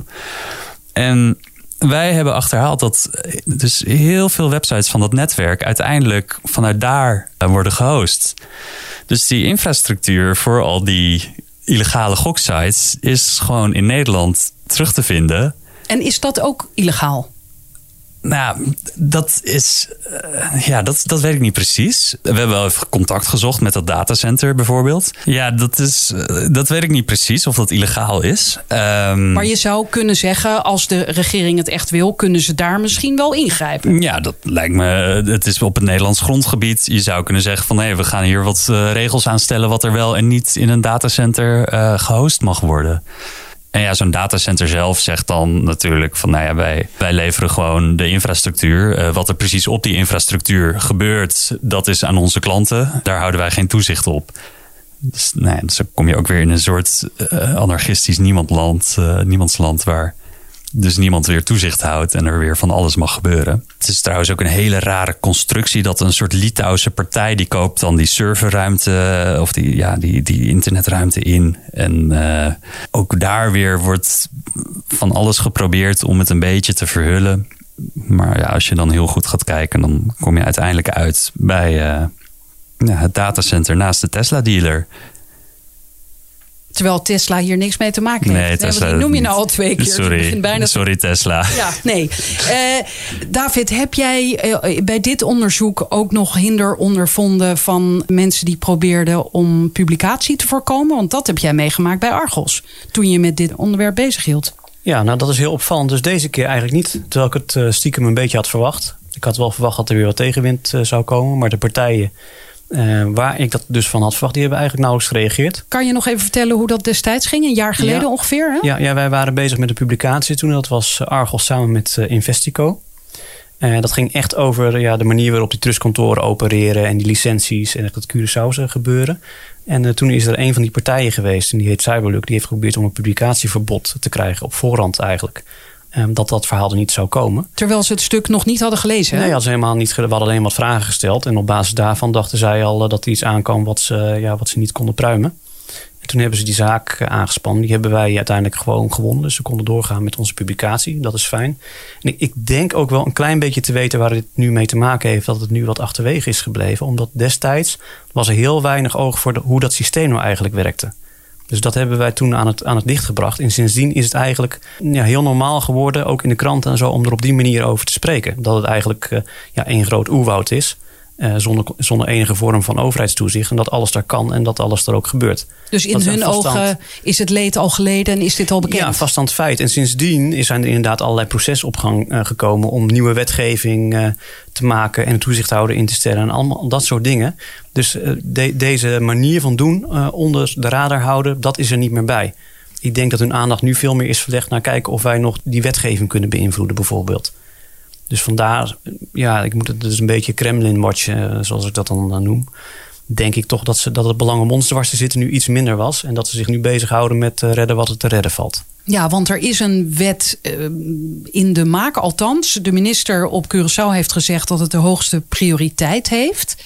[SPEAKER 1] En wij hebben achterhaald dat dus heel veel websites van dat netwerk uiteindelijk vanuit daar worden gehost. Dus die infrastructuur voor al die illegale goksites is gewoon in Nederland terug te vinden.
[SPEAKER 2] En is dat ook illegaal?
[SPEAKER 1] Nou, dat is... Uh, ja, dat, dat weet ik niet precies. We hebben wel even contact gezocht met dat datacenter bijvoorbeeld. Ja, dat is... Uh, dat weet ik niet precies of dat illegaal is. Um,
[SPEAKER 2] maar je zou kunnen zeggen, als de regering het echt wil, kunnen ze daar misschien wel ingrijpen.
[SPEAKER 1] Ja, dat lijkt me... Het is op het Nederlands grondgebied. Je zou kunnen zeggen van, hé, we gaan hier wat uh, regels aanstellen wat er wel en niet in een datacenter uh, gehost mag worden. En ja, zo'n datacenter zelf zegt dan natuurlijk van, nou ja, wij, wij leveren gewoon de infrastructuur. Uh, wat er precies op die infrastructuur gebeurt, dat is aan onze klanten. Daar houden wij geen toezicht op. Dus, nou ja, dus dan kom je ook weer in een soort uh, anarchistisch niemandland, uh, niemandsland waar dus niemand weer toezicht houdt en er weer van alles mag gebeuren. Het is trouwens ook een hele rare constructie dat een soort Litouwse partij die koopt dan die serverruimte of die, ja, die, die internetruimte in. En uh, ook daar weer wordt van alles geprobeerd om het een beetje te verhullen. Maar ja, als je dan heel goed gaat kijken, dan kom je uiteindelijk uit bij uh, ja, het datacenter naast de Tesla-dealer.
[SPEAKER 2] Terwijl Tesla hier niks mee te maken heeft.
[SPEAKER 1] Nee, Tesla,
[SPEAKER 2] die noem je nou al twee keer.
[SPEAKER 1] Sorry, bijna sorry Tesla.
[SPEAKER 2] Ja, nee. Uh, David, heb jij uh, bij dit onderzoek ook nog hinder ondervonden van mensen die probeerden om publicatie te voorkomen? Want dat heb jij meegemaakt bij Argos, toen je met dit onderwerp bezig hield.
[SPEAKER 4] Ja, nou dat is heel opvallend. Dus deze keer eigenlijk niet. Terwijl ik het uh, stiekem een beetje had verwacht. Ik had wel verwacht dat er weer wat tegenwind uh, zou komen. Maar de partijen Uh, waar ik dat dus van had verwacht, die hebben eigenlijk nauwelijks gereageerd.
[SPEAKER 2] Kan je nog even vertellen hoe dat destijds ging? Een jaar geleden
[SPEAKER 4] ja.
[SPEAKER 2] ongeveer? Hè?
[SPEAKER 4] Ja, ja, wij waren bezig met een publicatie toen. Dat was Argos samen met uh, Investico. Uh, dat ging echt over ja, de manier waarop die trustkantoren opereren en die licenties en dat Curaçao gebeuren. En uh, toen is er een van die partijen geweest, en die heet Cyberluck, die heeft geprobeerd om een publicatieverbod te krijgen op voorhand eigenlijk. Um, dat dat verhaal er niet zou komen.
[SPEAKER 2] Terwijl ze het stuk nog niet hadden gelezen. Hè?
[SPEAKER 4] Nee, hadden ze helemaal niet. We hadden alleen wat vragen gesteld. En op basis daarvan dachten zij al uh, dat er iets aankwam wat ze, ja, wat ze niet konden pruimen. En toen hebben ze die zaak uh, aangespannen. Die hebben wij uiteindelijk gewoon gewonnen. Dus we konden doorgaan met onze publicatie. Dat is fijn. En ik, ik denk ook wel een klein beetje te weten waar dit nu mee te maken heeft. Dat het nu wat achterwege is gebleven. Omdat destijds was er heel weinig oog voor de, hoe dat systeem nou eigenlijk werkte. Dus dat hebben wij toen aan het, aan het licht gebracht. En sindsdien is het eigenlijk ja, heel normaal geworden, ook in de kranten en zo, om er op die manier over te spreken. Dat het eigenlijk uh, ja, één groot oerwoud is. Uh, zonder, zonder enige vorm van overheidstoezicht. En dat alles daar kan en dat alles er ook gebeurt.
[SPEAKER 2] Dus in hun ogen is het leed al geleden en is dit al bekend?
[SPEAKER 4] Ja, vaststaand feit. En sindsdien zijn er inderdaad allerlei processen op gang uh, gekomen om nieuwe wetgeving uh, te maken en een toezichthouder in te stellen en allemaal dat soort dingen. Dus uh, de, deze manier van doen, uh, onder de radar houden, dat is er niet meer bij. Ik denk dat hun aandacht nu veel meer is verlegd naar kijken of wij nog die wetgeving kunnen beïnvloeden bijvoorbeeld. Dus vandaar, ja, ik moet het dus een beetje Kremlin-watch, uh, zoals ik dat dan uh, noem. Denk ik toch dat, ze, dat het belang om ons dwars te zitten nu iets minder was. En dat ze zich nu bezighouden met uh, redden wat er te redden valt.
[SPEAKER 2] Ja, want er is een wet uh, in de maak. Althans, de minister op Curaçao heeft gezegd dat het de hoogste prioriteit heeft.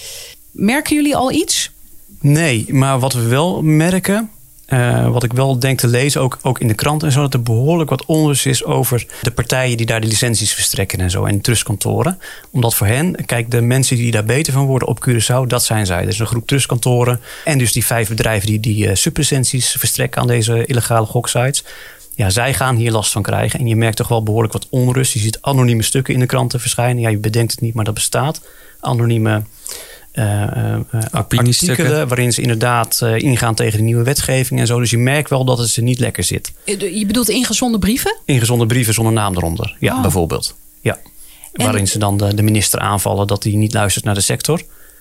[SPEAKER 2] Merken jullie al iets?
[SPEAKER 4] Nee, maar wat we wel merken, Uh, wat ik wel denk te lezen, ook, ook in de krant en zo, dat er behoorlijk wat onrust is over de partijen die daar de licenties verstrekken en zo. En trustkantoren. Omdat voor hen, kijk, de mensen die daar beter van worden op Curaçao, dat zijn zij. Dus een groep trustkantoren en dus die vijf bedrijven die die uh, sublicenties verstrekken aan deze illegale goksites. Ja, zij gaan hier last van krijgen. En je merkt toch wel behoorlijk wat onrust. Je ziet anonieme stukken in de kranten verschijnen. Ja, je bedenkt het niet, maar dat bestaat. Anonieme Uh, uh, artikelen waarin ze inderdaad uh, ingaan tegen de nieuwe wetgeving en zo. Dus je merkt wel dat het ze niet lekker zit.
[SPEAKER 2] Je bedoelt ingezonden brieven?
[SPEAKER 4] Ingezonden brieven zonder naam eronder. Ja, oh. bijvoorbeeld. Ja. En waarin ze dan de, de minister aanvallen dat hij niet luistert naar de sector.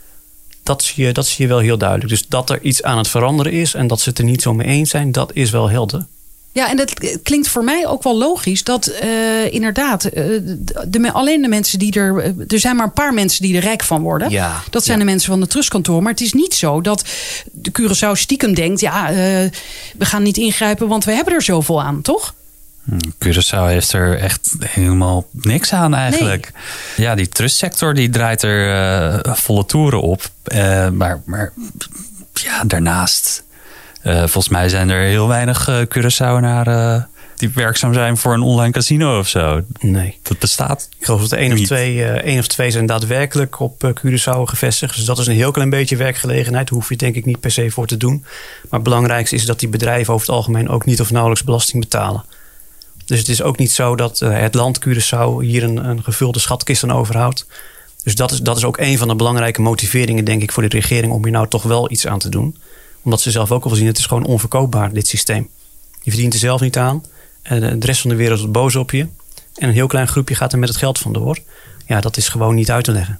[SPEAKER 4] Dat zie, je, dat zie je wel heel duidelijk. Dus dat er iets aan het veranderen is en dat ze het er niet zo mee eens zijn, dat is wel helder.
[SPEAKER 2] Ja, en het klinkt voor mij ook wel logisch dat uh, inderdaad uh, de, alleen de mensen die er... Er zijn maar een paar mensen die er rijk van worden. Ja, dat zijn ja. de mensen van het trustkantoor. Maar het is niet zo dat de Curaçao stiekem denkt, ja, uh, we gaan niet ingrijpen, want we hebben er zoveel aan, toch?
[SPEAKER 1] Curaçao heeft er echt helemaal niks aan eigenlijk. Nee. Ja, die trustsector die draait er uh, volle toeren op. Uh, maar, maar ja, daarnaast... Uh, volgens mij zijn er heel weinig uh, Curaçaoenaren uh, die werkzaam zijn voor een online casino of zo.
[SPEAKER 4] Nee.
[SPEAKER 1] Dat bestaat.
[SPEAKER 4] Ik geloof dat er één of twee, uh, één of twee zijn daadwerkelijk op uh, Curaçao gevestigd. Dus dat is een heel klein beetje werkgelegenheid. Daar hoef je denk ik niet per se voor te doen. Maar het belangrijkste is dat die bedrijven over het algemeen ook niet of nauwelijks belasting betalen. Dus het is ook niet zo dat uh, het land Curaçao hier een, een gevulde schatkist aan overhoudt. Dus dat is, dat is ook een van de belangrijke motiveringen denk ik voor de regering om hier nou toch wel iets aan te doen. Omdat ze zelf ook al zien, het is gewoon onverkoopbaar, dit systeem. Je verdient er zelf niet aan. De rest van de wereld wordt boos op je. En een heel klein groepje gaat er met het geld vandoor. Ja, dat is gewoon niet uit te leggen.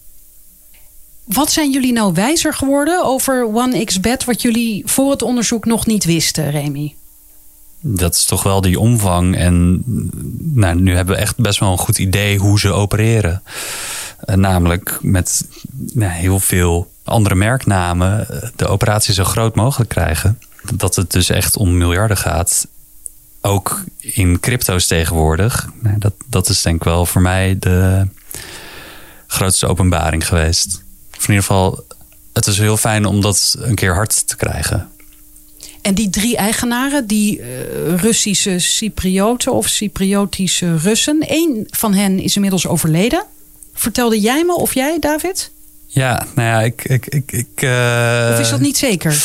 [SPEAKER 2] Wat zijn jullie nou wijzer geworden over one x bet... wat jullie voor het onderzoek nog niet wisten, Remy?
[SPEAKER 1] Dat is toch wel die omvang. En nou, nu hebben we echt best wel een goed idee hoe ze opereren. Uh, namelijk met nou, heel veel andere merknamen de operatie zo groot mogelijk krijgen. Dat het dus echt om miljarden gaat. Ook in crypto's tegenwoordig. Nou, dat, dat is denk ik wel voor mij de grootste openbaring geweest. Of in ieder geval, het is heel fijn om dat een keer hard te krijgen.
[SPEAKER 2] En die drie eigenaren, die uh, Russische Cyprioten of Cypriotische Russen. Één van hen is inmiddels overleden. Vertelde jij me of jij, David?
[SPEAKER 1] Ja, nou ja, ik... ik, ik, ik uh,
[SPEAKER 2] of is dat niet zeker?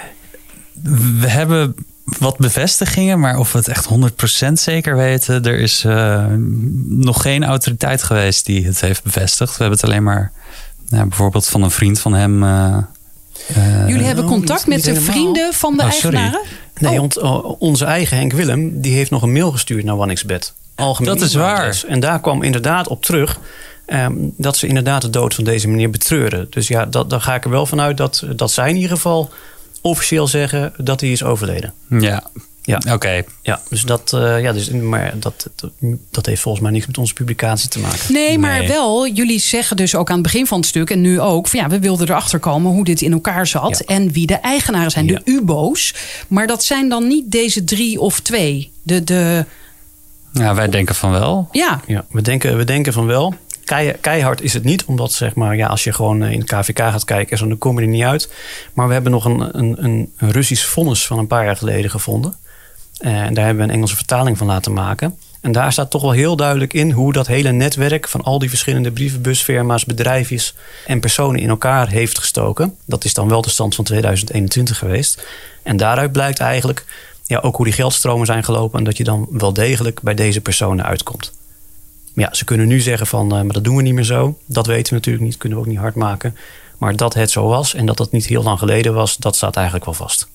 [SPEAKER 1] We hebben wat bevestigingen, maar of we het echt honderd procent zeker weten... Er is uh, nog geen autoriteit geweest die het heeft bevestigd. We hebben het alleen maar nou, bijvoorbeeld van een vriend van hem... Uh,
[SPEAKER 2] uh, Jullie hebben contact oh, niet, met niet de vrienden van de oh, eigenaren?
[SPEAKER 4] Nee, oh. onze eigen Henk Willem die heeft nog een mail gestuurd naar one x bet. Algemeen
[SPEAKER 1] dat is waar.
[SPEAKER 4] En daar kwam inderdaad op terug... Um, dat ze inderdaad de dood van deze meneer betreuren. Dus ja, dat, dan ga ik er wel vanuit dat, dat zij in ieder geval officieel zeggen dat hij is overleden.
[SPEAKER 1] Ja,
[SPEAKER 4] ja.
[SPEAKER 1] oké. Okay.
[SPEAKER 4] Ja, dus dat, uh, ja, dus, maar dat, dat, dat heeft volgens mij niks met onze publicatie te maken.
[SPEAKER 2] Nee, maar
[SPEAKER 1] nee.
[SPEAKER 2] wel, jullie zeggen dus ook aan het begin van het stuk en nu ook, van ja, we wilden erachter komen hoe dit in elkaar zat
[SPEAKER 4] ja.
[SPEAKER 2] en wie de eigenaren zijn,
[SPEAKER 4] ja.
[SPEAKER 2] de U B O's. Maar dat zijn dan niet deze drie of twee. De, de...
[SPEAKER 1] Ja, wij denken van wel.
[SPEAKER 2] Ja,
[SPEAKER 4] ja we, denken, we denken van wel. Keihard is het niet, omdat zeg maar, ja, als je gewoon in de K V K gaat kijken, dan kom je er niet uit. Maar we hebben nog een, een, een Russisch vonnis van een paar jaar geleden gevonden. En daar hebben we een Engelse vertaling van laten maken. En daar staat toch wel heel duidelijk in hoe dat hele netwerk van al die verschillende brievenbusfirma's, bedrijfjes en personen in elkaar heeft gestoken. Dat is dan wel de stand van tweeduizend eenentwintig geweest. En daaruit blijkt eigenlijk ja, ook hoe die geldstromen zijn gelopen en dat je dan wel degelijk bij deze personen uitkomt. Ja, ze kunnen nu zeggen van, uh, maar dat doen we niet meer zo. Dat weten we natuurlijk niet, kunnen we ook niet hard maken. Maar dat het zo was en dat dat niet heel lang geleden was, dat staat eigenlijk wel vast.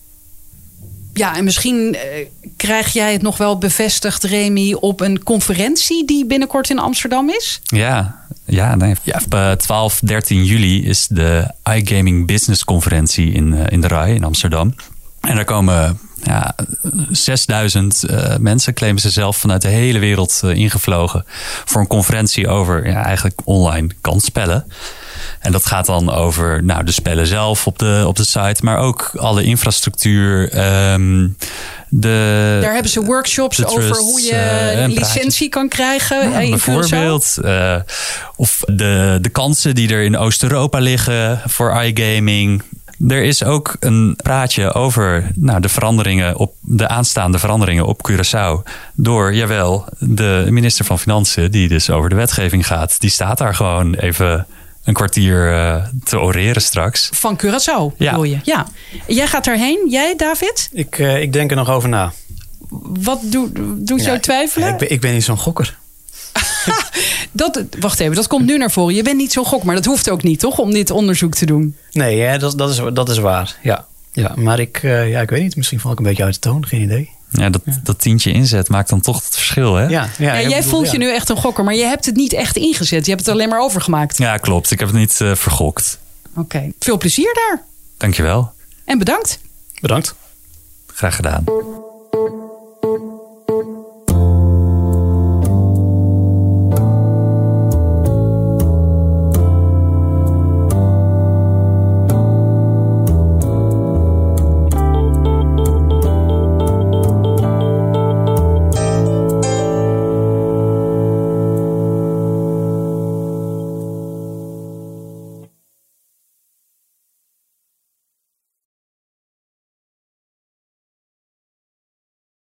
[SPEAKER 2] Ja, en misschien uh, krijg jij het nog wel bevestigd, Remy, op een conferentie die binnenkort in Amsterdam is?
[SPEAKER 1] Ja, ja, nee. ja twaalf, dertien juli is de iGaming Business Conferentie in, uh, in de R A I in Amsterdam. En daar komen ja, zesduizend uh, mensen, claimen ze zelf, vanuit de hele wereld uh, ingevlogen voor een conferentie over ja, eigenlijk online kansspellen. En dat gaat dan over nou, de spellen zelf op de, op de site, maar ook alle infrastructuur. Um, de,
[SPEAKER 2] Daar hebben ze workshops
[SPEAKER 1] trust,
[SPEAKER 2] over hoe je uh, licentie kan krijgen.
[SPEAKER 1] Ja,
[SPEAKER 2] in
[SPEAKER 1] bijvoorbeeld. Uh, of de, de kansen die er in Oost-Europa liggen voor iGaming. Er is ook een praatje over nou, de veranderingen op de aanstaande veranderingen op Curaçao. Door, jawel, de minister van Financiën, die dus over de wetgeving gaat. Die staat daar gewoon even een kwartier uh, te oreren straks.
[SPEAKER 2] Van Curaçao,
[SPEAKER 1] ja.
[SPEAKER 2] bedoel je? Ja. Jij gaat daarheen, jij, David?
[SPEAKER 4] Ik, uh, ik denk er nog over na.
[SPEAKER 2] Wat doet, doet
[SPEAKER 4] ja,
[SPEAKER 2] jou twijfelen?
[SPEAKER 4] Ja, ik, ben, ik ben niet zo'n gokker.
[SPEAKER 2] dat, wacht even, dat komt nu naar voren. Je bent niet zo gok, maar dat hoeft ook niet, toch? Om dit onderzoek te doen.
[SPEAKER 4] Nee, hè, dat, dat, is, dat is waar. Ja, ja maar ik, uh, ja, ik weet niet. Misschien val ik een beetje uit de toon. Geen idee.
[SPEAKER 1] Ja, dat, ja. dat tientje inzet maakt dan toch het verschil, hè?
[SPEAKER 4] Ja, ja,
[SPEAKER 2] ja, jij
[SPEAKER 4] bedoel,
[SPEAKER 2] voelt
[SPEAKER 4] ja.
[SPEAKER 2] je nu echt een gokker, maar je hebt het niet echt ingezet. Je hebt het alleen maar overgemaakt.
[SPEAKER 1] Ja, klopt. Ik heb het niet uh, vergokt.
[SPEAKER 2] Oké. Okay. Veel plezier daar.
[SPEAKER 1] Dankjewel.
[SPEAKER 2] En bedankt.
[SPEAKER 4] Bedankt.
[SPEAKER 1] Graag gedaan.